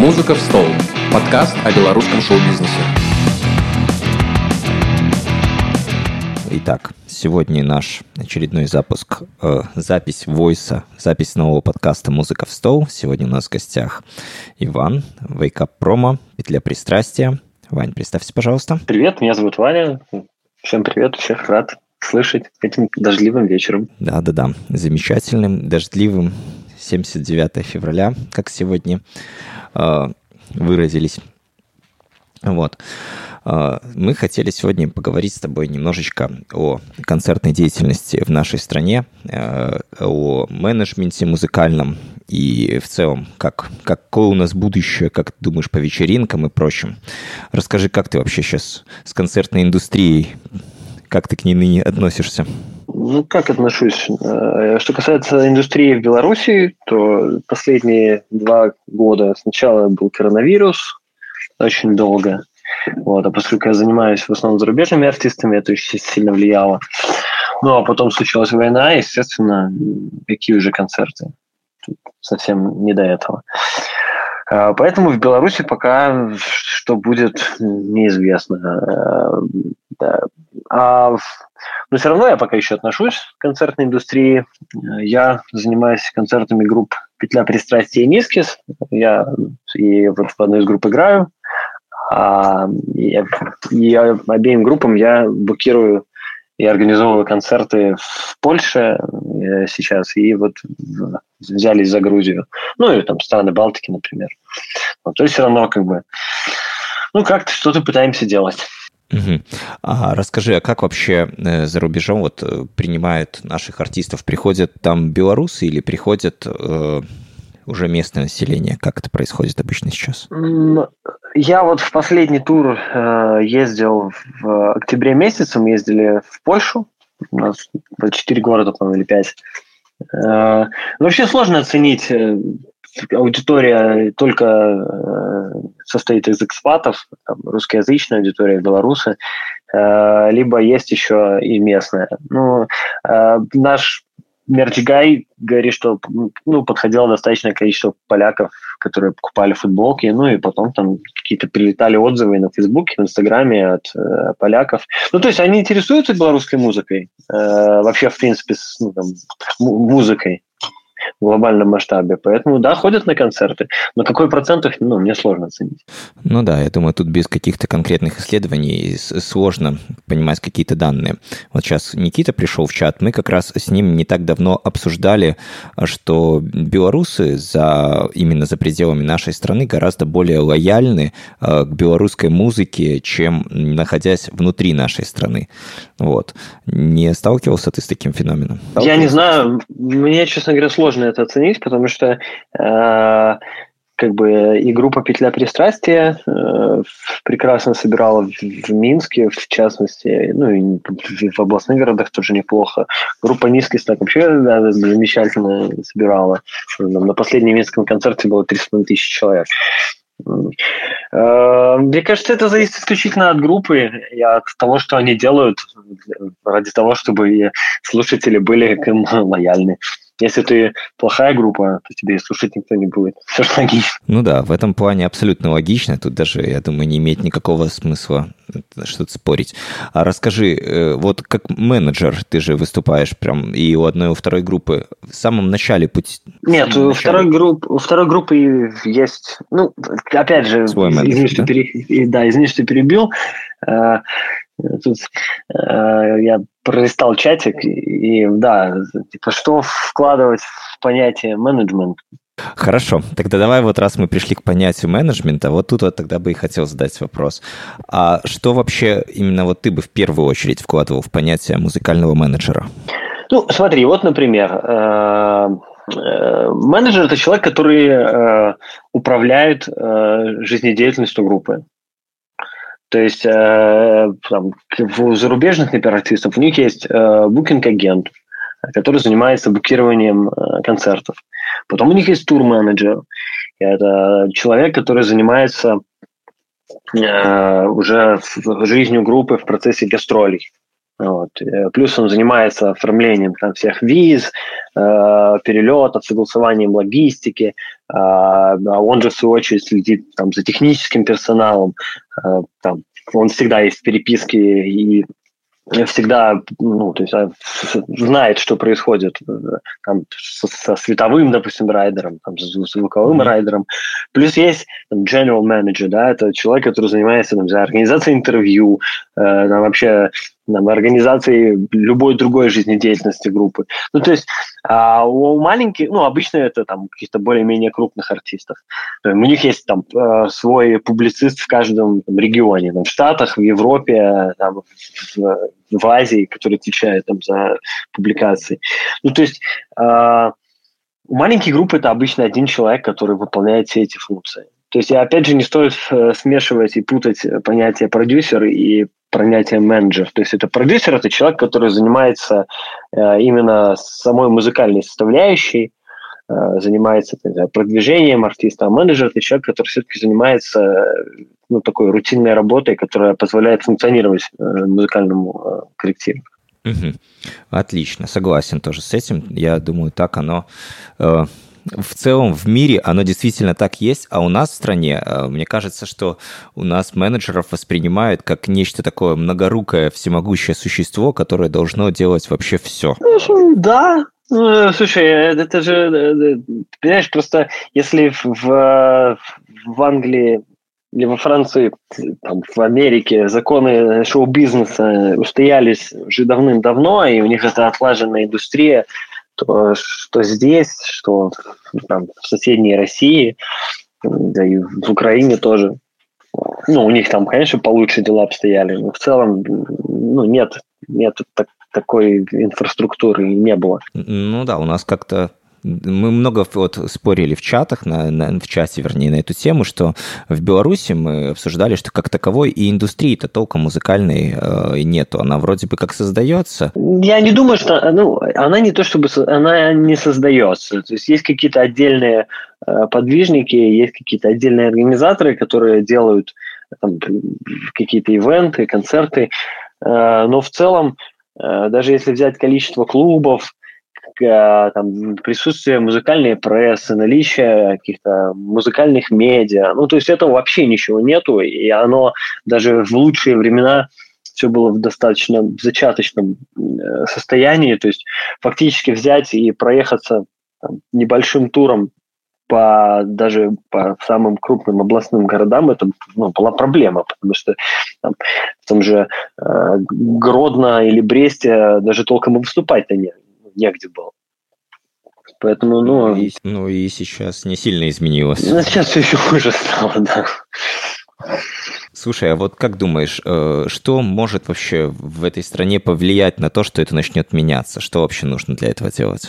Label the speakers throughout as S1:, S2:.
S1: «Музыка в стол» – подкаст о белорусском шоу-бизнесе.
S2: Итак, сегодня наш очередной запись войса, запись нового подкаста «Музыка в стол». Сегодня у нас в гостях Иван, Wake Up Promo, Петля пристрастия. Вань, представься, пожалуйста.
S3: Привет, меня зовут Ваня. Всем привет, всех рад слышать этим дождливым вечером.
S2: Да, замечательным, дождливым. 79 февраля, как сегодня выразились. Вот. Мы хотели сегодня поговорить с тобой немножечко о концертной деятельности в нашей стране, о менеджменте музыкальном и в целом, какое у нас будущее, как ты думаешь, по вечеринкам и прочим. Расскажи, как ты вообще сейчас с концертной индустрией, как ты к ней ныне относишься?
S3: Ну, как отношусь? Что касается индустрии в Беларуси, то последние 2 года сначала был коронавирус, очень долго. Вот, а поскольку я занимаюсь в основном зарубежными артистами, это очень сильно влияло. Ну, а потом случилась война, естественно, какие уже концерты. Тут совсем не до этого. Поэтому в Беларуси пока что будет, неизвестно. Да. Но все равно я пока еще отношусь к концертной индустрии. Я занимаюсь концертами групп «Петля пристрастия» и «Мискис». Я и вот в одной из групп играю. И обеим группам я букирую и организовываю концерты в Польше сейчас. И вот взялись за Грузию. Ну, и там страны Балтики, например. Вот, то есть все равно как-то что-то пытаемся делать.
S2: Угу. Расскажи, а как вообще за рубежом принимают наших артистов? Приходят там белорусы или приходят уже местное население? Как это происходит обычно сейчас?
S3: Я вот в последний тур ездил в октябре месяце, мы ездили в Польшу. У нас 4 города, по-моему, или 5. Вообще сложно оценить. Аудитория только состоит из экспатов, русскоязычная аудитория, белорусы, либо есть еще и местная. Наш мерч-гай говорит, что подходило достаточное количество поляков, которые покупали футболки, и потом там какие-то прилетали отзывы на Фейсбуке, в Инстаграме от поляков. То есть они интересуются белорусской музыкой, вообще, в принципе, музыкой в глобальном масштабе. Поэтому, да, ходят на концерты. Но какой процент их, мне сложно оценить.
S2: Ну да, я думаю, тут без каких-то конкретных исследований сложно понимать какие-то данные. Вот сейчас Никита пришел в чат, мы как раз с ним не так давно обсуждали, что белорусы именно за пределами нашей страны гораздо более лояльны к белорусской музыке, чем находясь внутри нашей страны. Вот. Не сталкивался ты с таким феноменом?
S3: Я не знаю. Мне, честно говоря, сложно это оценить, потому что и группа «Петля пристрастия» прекрасно собирала в Минске, в частности, и в областных городах тоже неплохо. Группа «Мискис» так вообще замечательно собирала. На последнем минском концерте было 3,5 тысячи человек. Мне кажется, это зависит исключительно от группы и от того, что они делают, ради того, чтобы слушатели были к им лояльны. Если ты плохая группа, то тебе и слушать никто не будет. Все же логично.
S2: Ну да, в этом плане абсолютно логично. Тут даже, я думаю, не имеет никакого смысла что-то спорить. А расскажи, вот как менеджер ты же выступаешь прям и у одной, и у второй группы в самом начале пути?
S3: Нет, у второй группы есть... опять же, извини, что перебил. Тут я пролистал чатик, и да, что вкладывать в понятие менеджмент?
S2: Хорошо, тогда давай раз мы пришли к понятию менеджмента, тут тогда бы и хотел задать вопрос. А что вообще именно ты бы в первую очередь вкладывал в понятие музыкального менеджера?
S3: Смотри, например, менеджер – это человек, который управляет жизнедеятельностью группы. То есть у зарубежных, например, артистов у них есть букинг-агент, который занимается букированием концертов. Потом у них есть тур-менеджер. Это человек, который занимается уже жизнью группы в процессе гастролей. Вот. Плюс он занимается оформлением всех виз, перелетов, согласованием логистики, он же, в свою очередь, следит там, за техническим персоналом, там, он всегда есть в переписке и всегда знает, что происходит там, со световым, допустим, райдером, там, с звуковым райдером. Плюс есть там, general manager, да, это человек, который занимается там, организацией интервью, там, вообще там, организацией любой другой жизнедеятельности группы. Ну, то есть у маленьких, обычно это там каких-то более-менее крупных артистов. У них есть там свой публицист в каждом там, регионе, там, в Штатах, в Европе, там, в Азии, который отвечает там, за публикации. Ну, то есть у маленьких групп это обычно один человек, который выполняет все эти функции. То есть, опять же, не стоит смешивать и путать понятие продюсер и понятие менеджер. То есть, это продюсер – это человек, который занимается именно самой музыкальной составляющей, занимается продвижением артиста, а менеджер – это человек, который все-таки занимается такой рутинной работой, которая позволяет функционировать музыкальному коллективу.
S2: Угу. Отлично, согласен тоже с этим. Я думаю, так оно в целом в мире, оно действительно так есть, а у нас в стране, мне кажется, что у нас менеджеров воспринимают как нечто такое многорукое, всемогущее существо, которое должно делать вообще все.
S3: Да. Слушай, это же, понимаешь, просто если в Англии или во Франции, там, в Америке законы шоу-бизнеса устоялись уже давным-давно, и у них это отлаженная индустрия, то что здесь, что там, в соседней России, да и в Украине тоже. У них там, конечно, получше дела обстояли, но в целом нет такой инфраструктуры не было.
S2: Ну да, у нас как-то мы много спорили в чатах, в чате, вернее, на эту тему, что в Беларуси мы обсуждали, что как таковой и индустрии-то толком музыкальной нету. Она вроде бы как создается.
S3: Я не думаю, что она не то чтобы она не создается. То есть какие-то отдельные подвижники, есть какие-то отдельные организаторы, которые делают там, какие-то ивенты, концерты. Но в целом, даже если взять количество клубов, там, присутствие музыкальной прессы, наличие каких-то музыкальных медиа. То есть этого вообще ничего нету, и оно даже в лучшие времена все было в достаточно зачаточном состоянии. То есть фактически взять и проехаться там, небольшим туром даже по самым крупным областным городам, это была проблема, потому что там, в том же Гродно или Бресте даже толком и выступать-то негде было. Поэтому,
S2: и сейчас не сильно изменилось.
S3: Сейчас все еще хуже стало, да.
S2: Слушай, а вот как думаешь, что может вообще в этой стране повлиять на то, что это начнет меняться? Что вообще нужно для этого делать?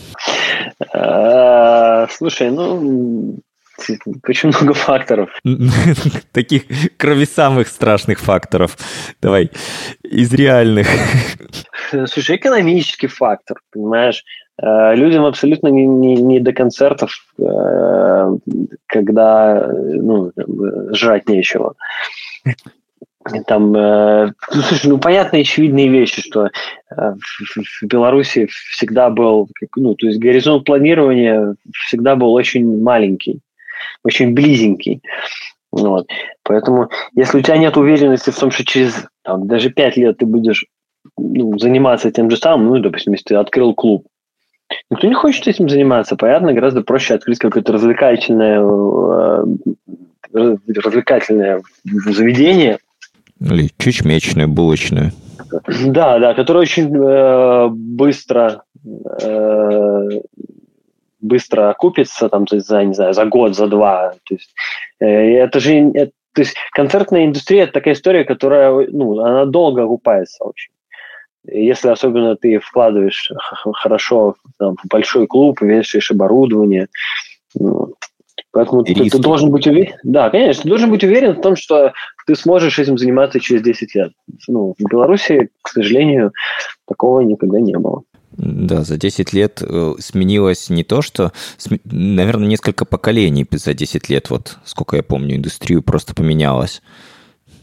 S3: Слушай, очень много факторов.
S2: Таких, кроме самых страшных факторов. Давай, из реальных.
S3: Слушай, экономический фактор, понимаешь? Людям абсолютно не до концертов, когда жрать нечего. Там, слушай, понятные очевидные вещи, что в Беларуси всегда был, то есть горизонт планирования всегда был очень маленький, очень близенький. Вот. Поэтому, если у тебя нет уверенности в том, что через даже 5 лет ты будешь заниматься тем же самым, допустим, если ты открыл клуб, никто не хочет этим заниматься. Понятно, гораздо проще открыть какое-то развлекательное заведение.
S2: Или чечмечное, булочное.
S3: Да, которое очень быстро окупится, там, за год, за два. То есть, то есть концертная индустрия – это такая история, которая, она долго окупается очень. Если особенно ты вкладываешь хорошо в большой клуб, вешаешь оборудование, поэтому ты должен быть уверен. Да, конечно, ты должен быть уверен в том, что ты сможешь этим заниматься через 10 лет. В Беларуси, к сожалению, такого никогда не было.
S2: Да, за 10 лет сменилось не то, что... Наверное, несколько поколений за 10 лет, вот сколько я помню, индустрию просто поменялось.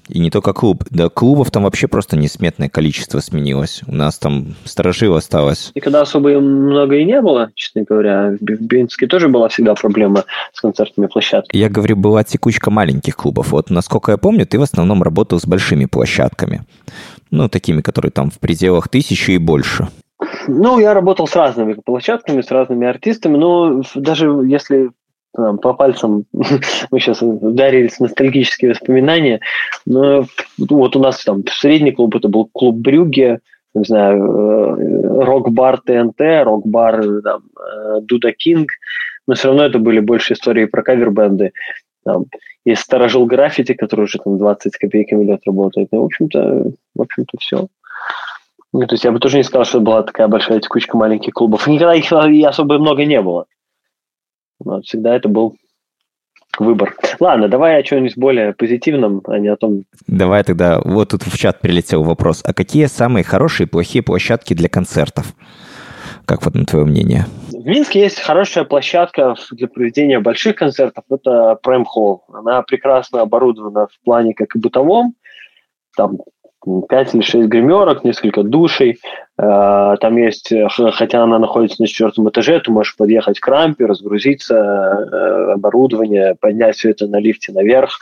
S2: И не только клуб. Да, клубов там вообще просто несметное количество сменилось. У нас там Старожил осталось.
S3: И когда особо много и не было, честно говоря, в Минске тоже была всегда проблема с концертными площадками.
S2: Я говорю, была текучка маленьких клубов. Вот, насколько я помню, ты в основном работал с большими площадками. Ну, такими, которые там в пределах 1000 и больше.
S3: Ну, я работал с разными площадками, с разными артистами, но даже если по пальцам мы сейчас ударились в ностальгические воспоминания, но вот у нас там средний клуб, это был клуб Брюгге, не знаю, рок-бар ТНТ, рок-бар Дуда Кинг, но все равно это были больше истории про кавер-бенды. Там есть Старожил Граффити, который уже там 20 с копейками лет работает. Ну, в общем-то, все. Ну, то есть я бы тоже не сказал, что была такая большая текучка маленьких клубов. Никогда их и особо много не было. Но всегда это был выбор. Ладно, давай о чем-нибудь более позитивном, а не о том...
S2: Давай тогда, вот тут в чат прилетел вопрос. А какие самые хорошие и плохие площадки для концертов? Как вот на твое мнение?
S3: В Минске есть хорошая площадка для проведения больших концертов. Это Prem Hall. Она прекрасно оборудована в плане как и бытовом. Там 5 или 6 гримерок, несколько душей. Там есть, хотя она находится на 4 этаже, ты можешь подъехать к рампе, разгрузиться, оборудование, поднять все это на лифте наверх.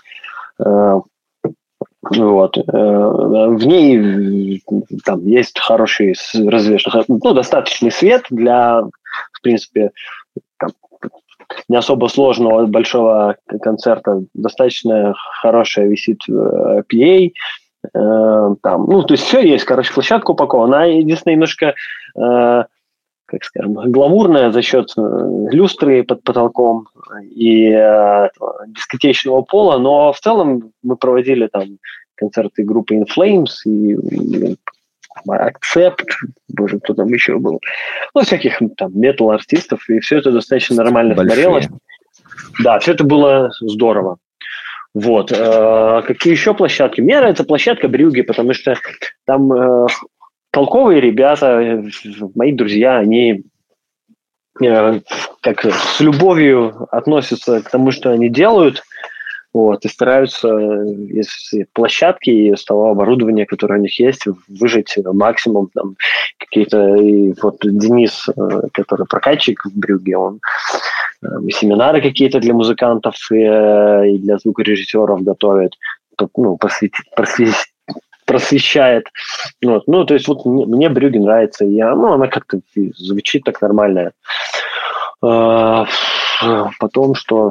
S3: Вот. В ней там есть хороший развешенный, достаточный свет для, в принципе, там, не особо сложного большого концерта. Достаточно хорошая висит PA. Там, то есть все есть, площадка упакована. Она единственное немножко, как скажем, гламурная за счет люстры под потолком и дискотечного пола, но в целом мы проводили там концерты группы In Flames и Accept, боже, кто там еще был, всяких там метал-артистов, и все это достаточно нормально смотрелось. Да, все это было здорово. Вот. Какие еще площадки? Мне нравится площадка Брюгге, потому что там толковые ребята, мои друзья, они как с любовью относятся к тому, что они делают, вот, и стараются из площадки и из того оборудования, которое у них есть, выжать максимум. Там, какие-то, и вот Денис, который прокатчик в Брюгге, он семинары какие-то для музыкантов и для звукорежиссеров готовит, просвещает. Вот. То есть вот мне Брюгге нравится, и она как-то звучит так нормально. Потом, что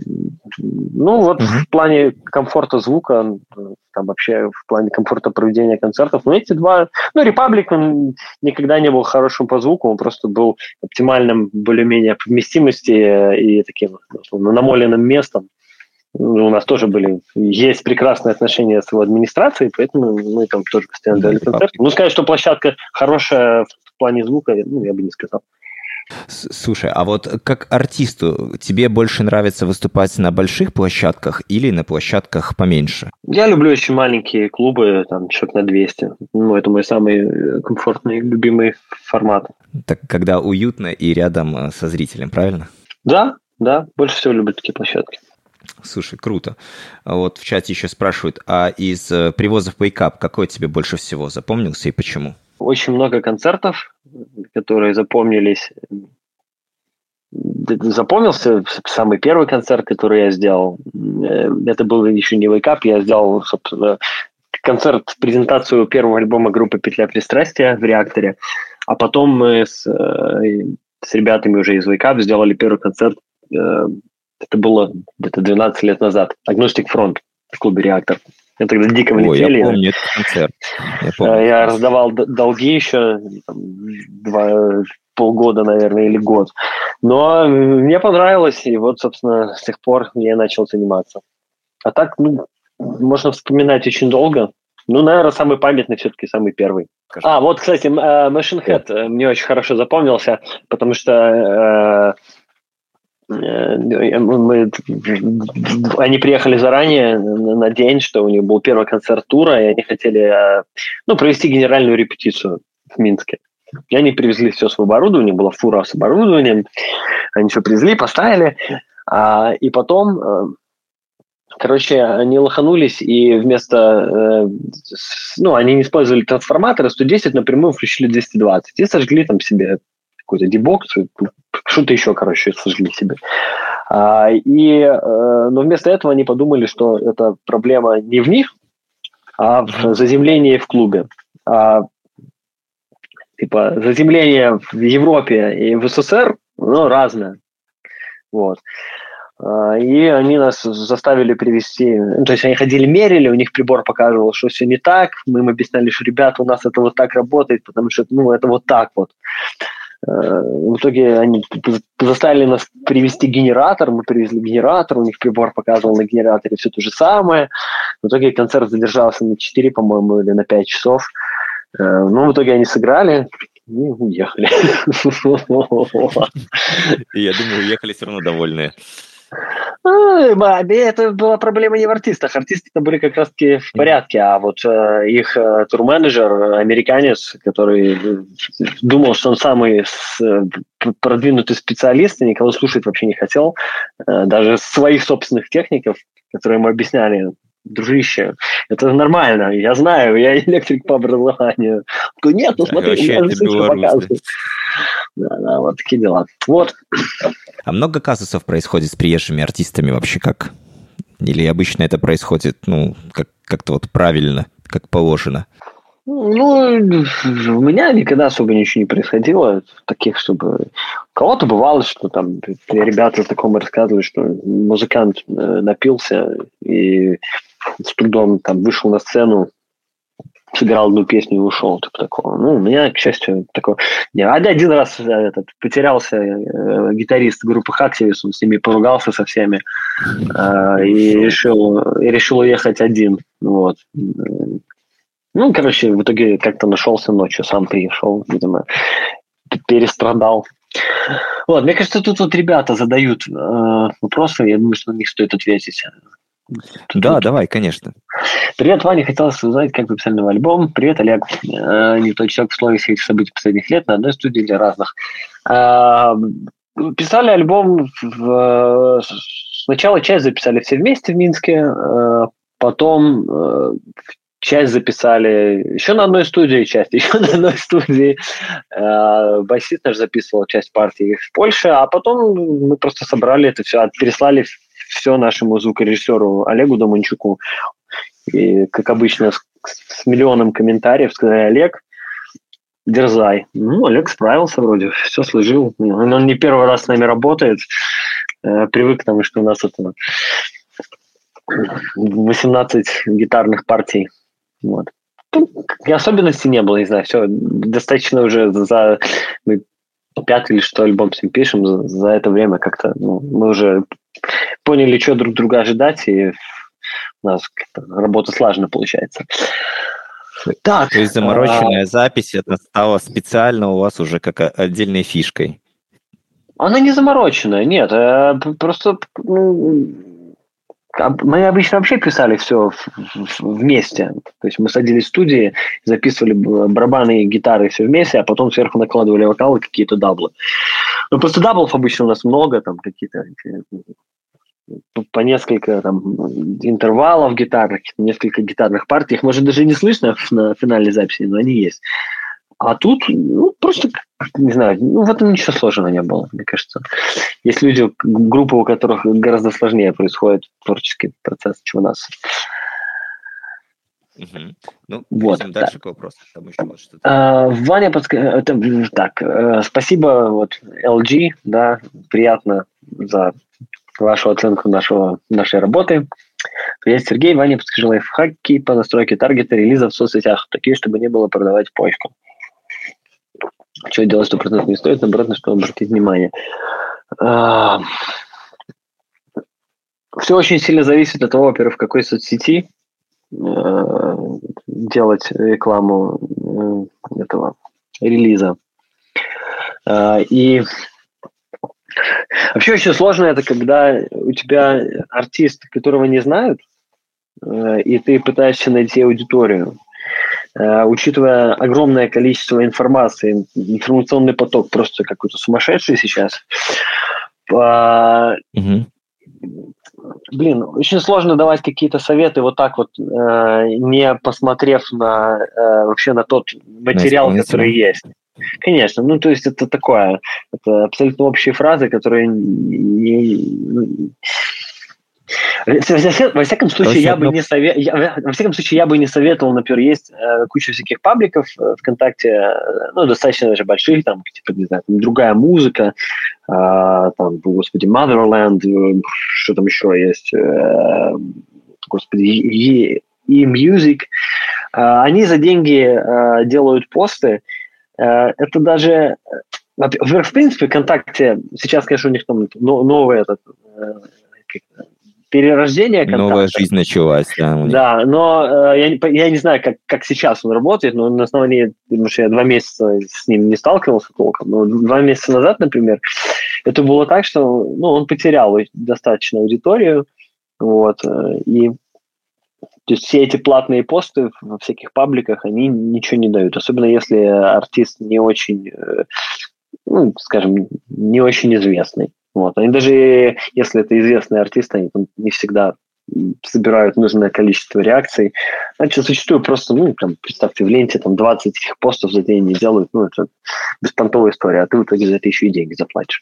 S3: в плане комфорта звука, там вообще в плане комфорта проведения концертов, эти два, Republic, он никогда не был хорошим по звуку, он просто был оптимальным более-менее по вместимости и таким намоленным местом. У нас тоже есть прекрасные отношения с его администрацией, поэтому мы там тоже постоянно дали концерты. Сказать, что площадка хорошая в плане звука, я бы не сказал.
S2: Слушай, а вот как артисту тебе больше нравится выступать на больших площадках или на площадках поменьше?
S3: Я люблю очень маленькие клубы, там, человек на 200. Это мой самый комфортный, любимый формат.
S2: Так, когда уютно и рядом со зрителем, правильно?
S3: Да, больше всего люблю такие площадки.
S2: Слушай, круто. Вот в чате еще спрашивают, а из привозов Wake Up какой тебе больше всего запомнился и почему?
S3: Очень много концертов, которые запомнились. Запомнился самый первый концерт, который я сделал. Это был еще не Wake Up, я сделал, собственно, презентацию первого альбома группы «Петля пристрастия» в «Реакторе». А потом мы с ребятами уже из Wake Up сделали первый концерт. Это было где-то 12 лет назад. Agnostic Front в клубе «Реактор». Я тогда дико влетели.
S2: Я помню этот концерт.
S3: Я раздавал долги еще полгода, наверное, или год. Но мне понравилось, и вот, собственно, с тех пор я начал заниматься. А так, можно вспоминать очень долго. Наверное, самый памятный все-таки самый первый. Вот, кстати, Machine Head мне очень хорошо запомнился, потому что они приехали заранее на день, что у них был первый концерт тура, и они хотели провести генеральную репетицию в Минске. И они привезли все свое оборудование, была фура с оборудованием, они все привезли, поставили, и потом Короче, они лоханулись, и вместо... они не использовали трансформаторы 110, напрямую включили 220. И сожгли там себе какой-то дебокс, что-то еще, короче, сожгли себе. Но вместо этого они подумали, что это проблема не в них, а в заземлении в клубе. Заземление в Европе и в СССР, разное. Вот. И они нас заставили привести... то есть они ходили, мерили, у них прибор показывал, что все не так. Мы им объясняли, что, ребята, у нас это вот так работает, потому что, это вот так вот. В итоге они заставили нас привести генератор, мы привезли генератор, у них прибор показывал на генераторе все то же самое. В итоге концерт задержался на 4, по-моему, или на 5 часов. В итоге они сыграли и уехали.
S2: Я думаю, уехали все равно довольные.
S3: Это была проблема не в артистах. Артисты-то были как раз-таки в порядке, а вот их турменеджер, американец, который думал, что он самый продвинутый специалист, и никого слушать вообще не хотел, даже своих собственных техников, которые ему объясняли: дружище, это нормально, я знаю, я электрик по образованию. Он такой: нет, смотри, я же цифры показываю. Да, вот такие дела. Вот.
S2: А много казусов происходит с приезжими артистами вообще как? Или обычно это происходит, как-то вот правильно, как положено?
S3: У меня никогда особо ничего не происходило таких, чтобы... У кого-то бывало, что там ребята такому рассказывали, что музыкант напился и с трудом там вышел на сцену, сыграл одну песню и ушел. Типа такого. У меня, к счастью, такого... Один раз потерялся гитарист группы Хаксивис, он с ними поругался со всеми и решил уехать один. Вот. В итоге как-то нашелся ночью, сам приехал, видимо, перестрадал. Вот, мне кажется, тут вот ребята задают вопросы, я думаю, что на них стоит ответить.
S2: Давай, конечно.
S3: Привет, Ваня, хотелось узнать, как вы писали новый альбом. Привет, Олег. Не тот человек в слове всех событий последних лет на одной студии или разных. Писали альбом сначала часть записали все вместе в Минске, потом часть записали еще на одной студии, часть еще на одной студии. Басист наш записывал часть партии в Польше, а потом мы просто собрали это все, переслали все нашему звукорежиссеру Олегу Доманчуку. И, как обычно, с миллионом комментариев сказали: Олег, дерзай. Олег справился вроде, все сложил. Он не первый раз с нами работает. Привык к тому, что у нас это 18 гитарных партий. Вот. Особенностей не было, не знаю, все, достаточно уже за... Мы 5-й или 6-й альбом с ним пишем, за это время как-то мы уже поняли, что друг друга ожидать, и у нас работа слаженно получается. Так,
S2: то есть замороченная запись, это стало специально у вас уже как отдельной фишкой?
S3: Она не замороченная, нет, просто... Мы обычно вообще писали все вместе. То есть мы садились в студии, записывали барабаны и гитары все вместе, а потом сверху накладывали вокалы, какие-то даблы. Просто даблов обычно у нас много, там какие-то по несколько там интервалов гитарных, несколько гитарных партий. Их, может, даже не слышно на финальной записи, но они есть. А тут, просто, не знаю, в этом ничего сложного не было, мне кажется. Есть люди, группы, у которых гораздо сложнее происходит творческий процесс, чем у нас.
S2: Вот, дальше к вопросу. Там еще вот что-то.
S3: Ваня спасибо, LG, да, приятно за вашу оценку нашей работы. Привет, Сергей. Ваня, подскажи лайфхаки по настройке таргета релиза в соцсетях, такие, чтобы не было продавать почку. Что делать 100% не стоит, наоборот, на что обратить внимание. Все очень сильно зависит от того, во-первых, в какой соцсети делать рекламу этого релиза. И вообще очень сложно это, когда у тебя артист, которого не знают, и ты пытаешься найти аудиторию. Учитывая огромное количество информации, информационный поток просто какой-то сумасшедший сейчас, Блин, очень сложно давать какие-то советы вот так вот, не посмотрев вообще на тот материал, который есть. Конечно, ну то есть это такое, это абсолютно общие фразы, которые во всяком случае, я бы не советовал, например, есть куча всяких пабликов ВКонтакте, ну, достаточно даже больших, там, типа, не знаю, другая музыка, там, господи, Motherland, что там еще есть, господи, E-Music. Они за деньги делают посты. Это даже... Во-первых, в принципе, ВКонтакте, сейчас, конечно, у них там новый перерождение ВКонтакта.
S2: Новая жизнь началась, да.
S3: Да, но я не знаю, как сейчас он работает, но на основании, потому что я 2 месяца с ним не сталкивался толком, но 2 месяца назад, например, это было так, что он потерял достаточно аудиторию, вот, и то есть все эти платные посты во всяких пабликах, они ничего не дают, особенно если артист не очень, скажем, не очень известный. Вот. Они даже, если это известный артист, они там не всегда собирают нужное количество реакций. Значит, зачастую просто, представьте, в ленте там 20 этих постов за день не делают, это беспонтовая история, а ты в итоге за это еще и деньги заплатишь.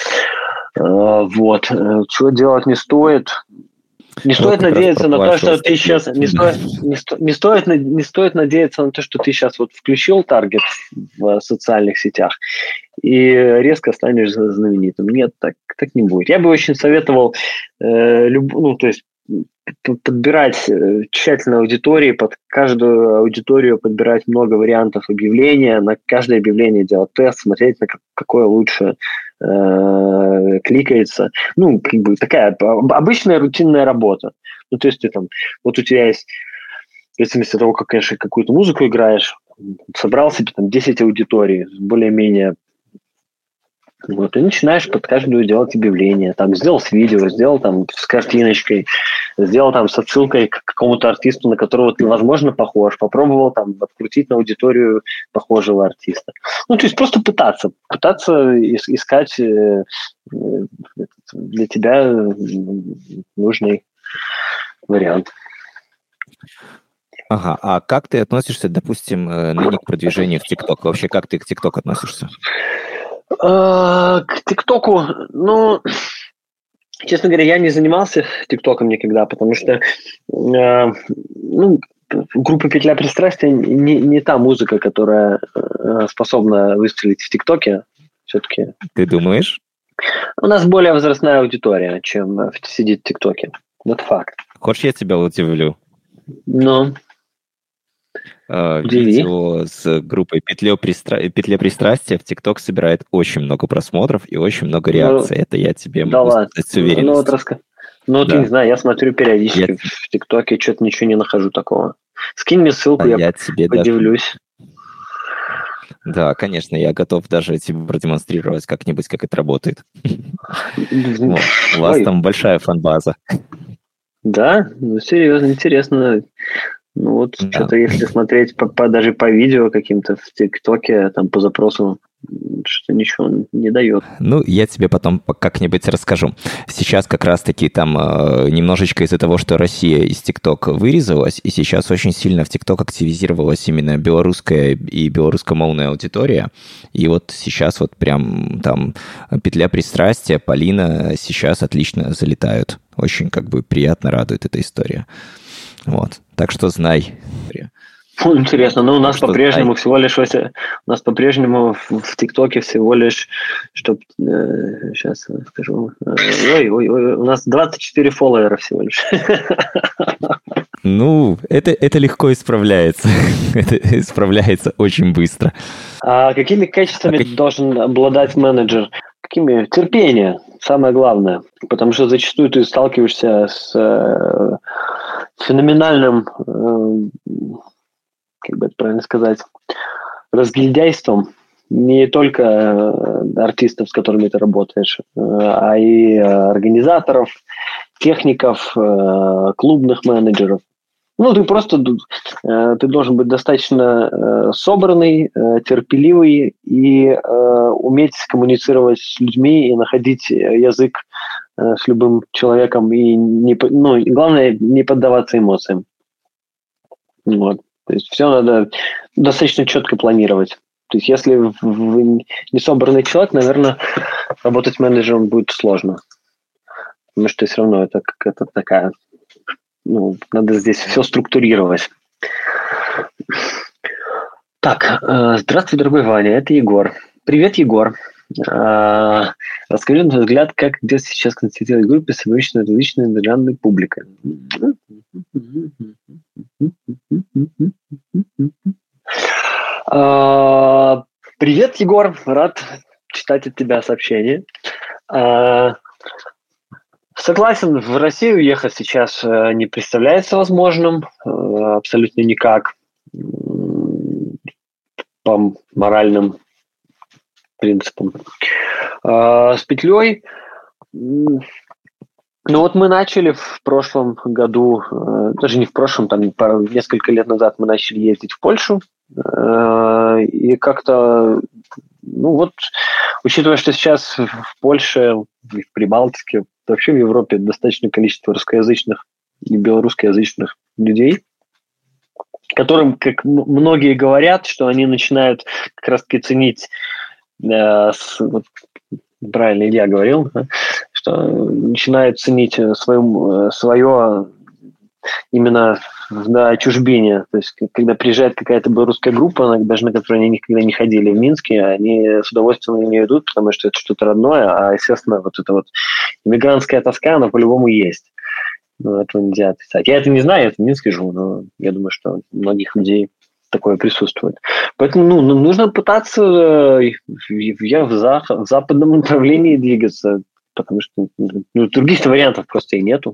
S3: Вот. Чего делать не стоит? Не стоит надеяться на то, что ты сейчас... Не стоит надеяться на то, что ты сейчас вот включил таргет в социальных сетях и резко станешь знаменитым. Нет, так не будет. Я бы очень советовал то есть подбирать тщательно аудитории, под каждую аудиторию подбирать много вариантов объявления, на каждое объявление делать тест, смотреть, на какое лучше кликается. Такая обычная рутинная работа. То есть ты там, вот у тебя есть, в зависимости от того, как, конечно, какую-то музыку играешь, собрал себе там 10 аудиторий, более-менее. Вот, и начинаешь под каждую делать объявление. Там, сделал с видео, сделал там с картиночкой, сделал там с отсылкой к какому-то артисту, на которого ты, возможно, похож. Попробовал там открутить на аудиторию похожего артиста. То есть просто пытаться искать для тебя нужный вариант.
S2: Ага, а как ты относишься, допустим, ныне к продвижению в ТикТок? Вообще, как ты к ТикТок относишься?
S3: К ТикТоку, честно говоря, я не занимался ТикТоком никогда, потому что группа «Петля пристрастия» не та музыка, которая способна выстрелить в ТикТоке. Все-таки.
S2: Ты думаешь?
S3: У нас более возрастная аудитория, чем сидит в ТикТоке. Вот факт.
S2: Хочешь, я тебя удивлю? Видео с группой «Петля пристрастия» в ТикТок собирает очень много просмотров и очень много реакций. Это я тебе могу сказать с уверенностью.
S3: Ты не знаю, я смотрю периодически в ТикТоке, что-то ничего не нахожу такого. Скинь мне ссылку, я тебе подивлюсь.
S2: Да, конечно, я готов даже тебе продемонстрировать как-нибудь, как это работает. У вас там большая фан-база.
S3: Да? Серьезно, интересно. Что-то если смотреть даже по видео каким-то в ТикТоке, там по запросу, что ничего не дает.
S2: Я тебе потом как-нибудь расскажу. Сейчас как раз-таки там немножечко из-за того, что Россия из ТикТок вырезалась, и сейчас очень сильно в ТикТок активизировалась именно белорусская и белорусскомовная аудитория. И вот сейчас вот прям там «Петля пристрастия», Полина сейчас отлично залетают. Очень приятно радует эта история. Вот. Так что знай.
S3: Интересно, у нас по-прежнему всего лишь в ТикТоке всего лишь, сейчас скажу, у нас 24 фолловера всего лишь.
S2: Это легко исправляется. Это исправляется очень быстро.
S3: А какими качествами должен обладать менеджер? Какими? Терпение, самое главное. Потому что зачастую ты сталкиваешься с феноменальным, как бы это правильно сказать, разгильдяйством не только артистов, с которыми ты работаешь, а и организаторов, техников, клубных менеджеров. Ты должен быть достаточно собранный, терпеливый и уметь коммуницировать с людьми и находить язык с любым человеком, и и главное, не поддаваться эмоциям. Вот. То есть все надо достаточно четко планировать. То есть если вы не собранный человек, наверное, работать менеджером будет сложно. Потому что все равно это какая-то такая... надо здесь все структурировать. Так, здравствуй, дорогой Ваня, это Егор. Привет, Егор. Расскажи, на твой взгляд, как идет сейчас конституировать группы с обычной различной индивидуальной публикой. Привет, Егор, рад читать от тебя сообщение. Согласен, в Россию ехать сейчас не представляется возможным, абсолютно никак, по моральным принципам. С петлей, мы начали в прошлом году, даже не в прошлом, несколько лет назад мы начали ездить в Польшу, и как-то, учитывая, что сейчас в Польше, в Прибалтике, вообще в Европе достаточное количество русскоязычных и белорусскоязычных людей, которым, как многие говорят, что они начинают как раз-таки ценить, правильно Илья говорил, что начинают ценить свое именно на чужбине. То есть, когда приезжает какая-то белорусская группа, даже на которую они никогда не ходили в Минске, они с удовольствием на нее идут, потому что это что-то родное, а, естественно, вот эта вот иммигрантская тоска, она по-любому есть. Этого нельзя отрицать. Я это не знаю, я в Минске живу, но я думаю, что у многих людей такое присутствует. Поэтому нужно пытаться в западном направлении двигаться, потому что других вариантов просто и нету.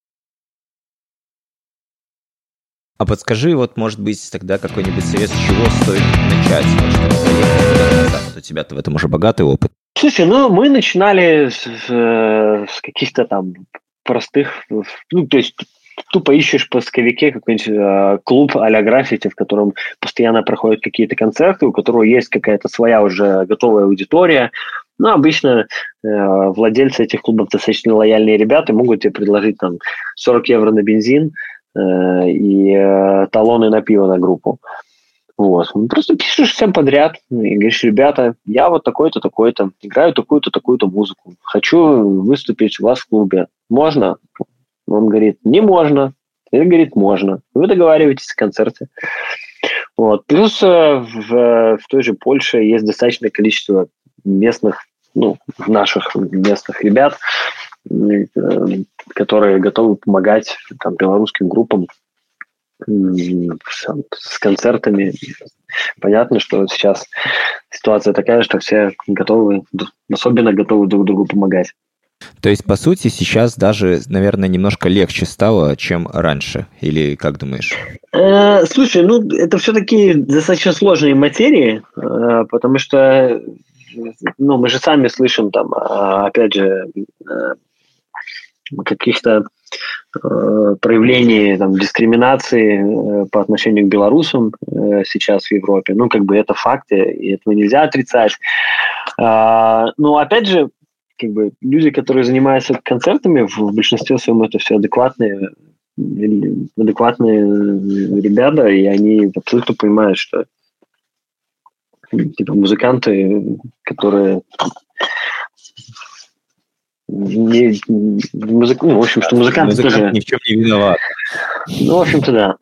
S2: А подскажи, может быть, тогда какой-нибудь совет, с чего стоит начать, чтобы поехать куда-то на Запад? У тебя-то в этом уже богатый опыт.
S3: Слушай, мы начинали с каких-то там простых, то есть тупо ищешь в поисковике какой-нибудь клуб а-ля граффити, в котором постоянно проходят какие-то концерты, у которого есть какая-то своя уже готовая аудитория. Обычно владельцы этих клубов достаточно лояльные ребята, могут тебе предложить 40 евро на бензин и талоны на пиво на группу. Просто пишешь всем подряд и говоришь: ребята, я вот такой-то, такой-то, играю такую-то, такую-то музыку. Хочу выступить у вас в клубе. Можно? Он говорит: не можно. Или говорит: можно. Вы договариваетесь о концерте. Плюс в той же Польше есть достаточное количество местных, наших местных ребят, которые готовы помогать белорусским группам с концертами. Понятно, что сейчас ситуация такая, что все особенно готовы друг другу помогать.
S2: То есть, по сути, сейчас даже, наверное, немножко легче стало, чем раньше? Или как думаешь?
S3: Слушай, это все-таки достаточно сложные материи, потому что мы же сами слышим опять же, каких-то проявлений дискриминации по отношению к белорусам сейчас в Европе. Это факты, и этого нельзя отрицать. Опять же, люди, которые занимаются концертами, в большинстве своем это все адекватные ребята, и они абсолютно понимают, что музыканты, которые в общем, что музыканты тоже
S2: ни в чем не виноват.
S3: В общем-то, да.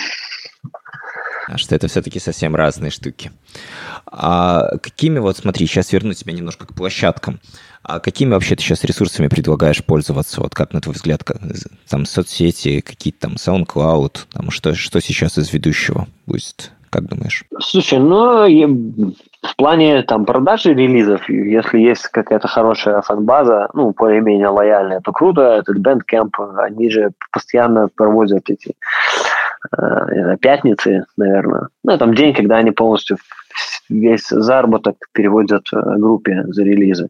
S2: Что это все-таки совсем разные штуки. А какими, смотри, сейчас верну тебя немножко к площадкам. А какими вообще ты сейчас ресурсами предлагаешь пользоваться? Как, на твой взгляд, соцсети, какие-то SoundCloud, что сейчас из ведущего будет? Как думаешь?
S3: Слушай, в плане продажи релизов, если есть какая-то хорошая фан-база, более-менее лояльная, то круто. Этот Bandcamp, они же постоянно проводят эти пятницы, наверное. День, когда они полностью весь заработок переводят группе за релизы.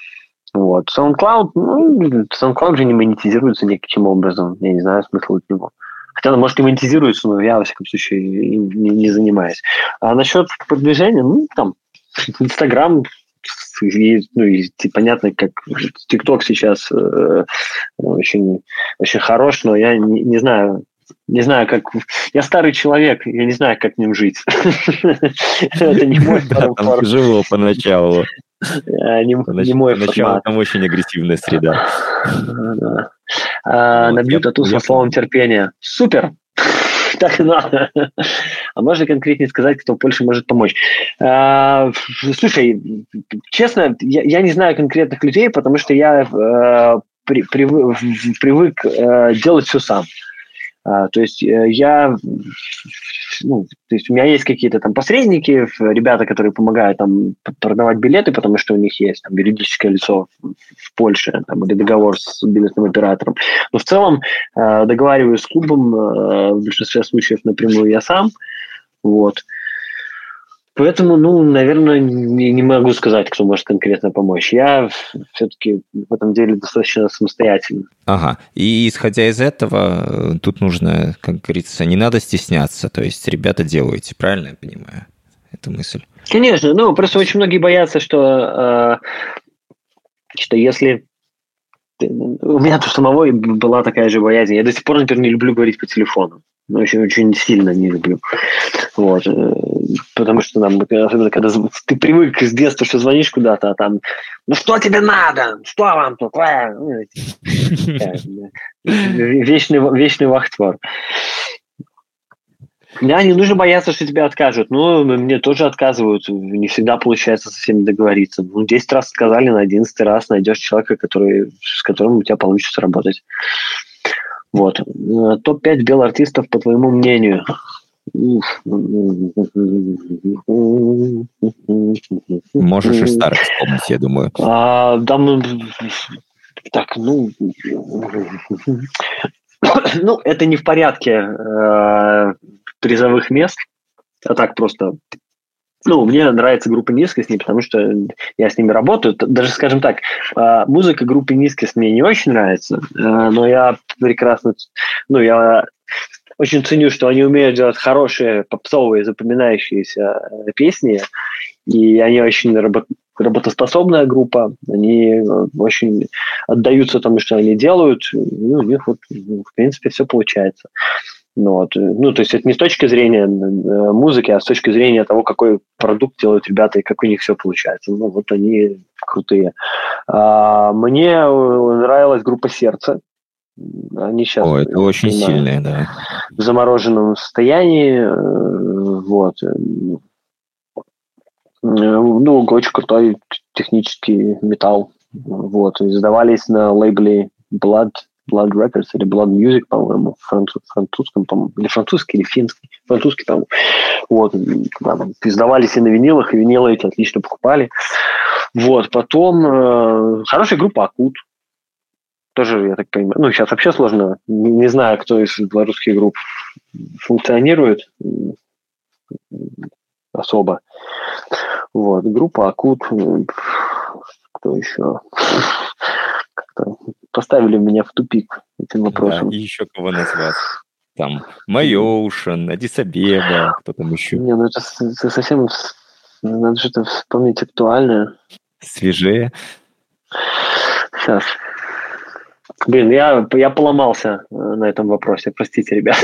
S3: SoundCloud же не монетизируется никаким образом. Я не знаю смысла от него. Хотя, может, и монетизируется, но я, во всяком случае, им не занимаюсь. А насчет продвижения, Инстаграм и понятно, как TikTok сейчас очень, очень хорош, но я не знаю, как... Я старый человек, я не знаю, как с ним жить. Это не мой формат.
S2: Да, там тяжело поначалу.
S3: Не мой
S2: поначалу
S3: формат.
S2: там очень агрессивная среда.
S3: Набью тату со словом терпения. Супер! Так и надо. А можно конкретнее сказать, кто больше может помочь? Слушай, честно, я не знаю конкретных людей, потому что я привык делать все сам. То есть у меня есть какие-то там посредники, ребята, которые помогают там продавать билеты, потому что у них есть там юридическое лицо в Польше там, или договор с билетным оператором. Но в целом договариваюсь с клубом в большинстве случаев напрямую я сам. Вот. Поэтому, наверное, не могу сказать, кто может конкретно помочь. Я все-таки в этом деле достаточно самостоятельный.
S2: Ага. И исходя из этого, тут нужно, как говорится, не надо стесняться. То есть, ребята, делаете, правильно я понимаю? Эту мысль.
S3: Конечно. Просто очень многие боятся, что если... У меня тут самого была такая же боязнь. Я до сих пор, например, не люблю говорить по телефону. Очень, очень сильно не люблю. Вот. Потому что особенно когда ты привык с детства, что звонишь куда-то, а там, что тебе надо? Что вам тут? Вечный вахтер. Да, не нужно бояться, что тебя откажут. Мне тоже отказывают. Не всегда получается со всеми договориться. 10 раз сказали, на 11 раз найдешь человека, с которым у тебя получится работать. Вот. Топ-5 белоартистов, по твоему мнению.
S2: Можешь и старых вспомнить, я думаю.
S3: Это не в порядке призовых мест, а так просто... мне нравится группа Низкость, не потому что я с ними работаю. Даже, скажем так, музыка группы Низкость мне не очень нравится, но я прекрасно... я очень ценю, что они умеют делать хорошие, попсовые, запоминающиеся песни, и они очень работоспособная группа, они очень отдаются тому, что они делают, и у них в принципе, все получается. То есть это не с точки зрения музыки, а с точки зрения того, какой продукт делают ребята и как у них все получается. Они крутые. Мне нравилась группа «Сердце». Они сейчас...
S2: это очень сильные, да.
S3: В замороженном состоянии. Вот. Очень крутой технический металл. Вот. Издавались на лейбле Blood Records или Blood Music, по-моему, французском, по-моему, или французский, или финский. Французский, по-моему. Вот. Издавались и на винилах, и винилы эти отлично покупали. Вот. Потом хорошая группа «Акут». Тоже, я так понимаю, сейчас вообще сложно. Не знаю, кто из белорусских групп функционирует особо. Вот. Группа «Акут». Кто еще? Как-то поставили меня в тупик этим вопросом.
S2: Да, и еще кого назвать? Там Майоушен, Адис-Абеба, кто там еще?
S3: Это совсем... Надо что-то вспомнить актуальное.
S2: Свежее.
S3: Сейчас. Я поломался на этом вопросе, простите, ребят.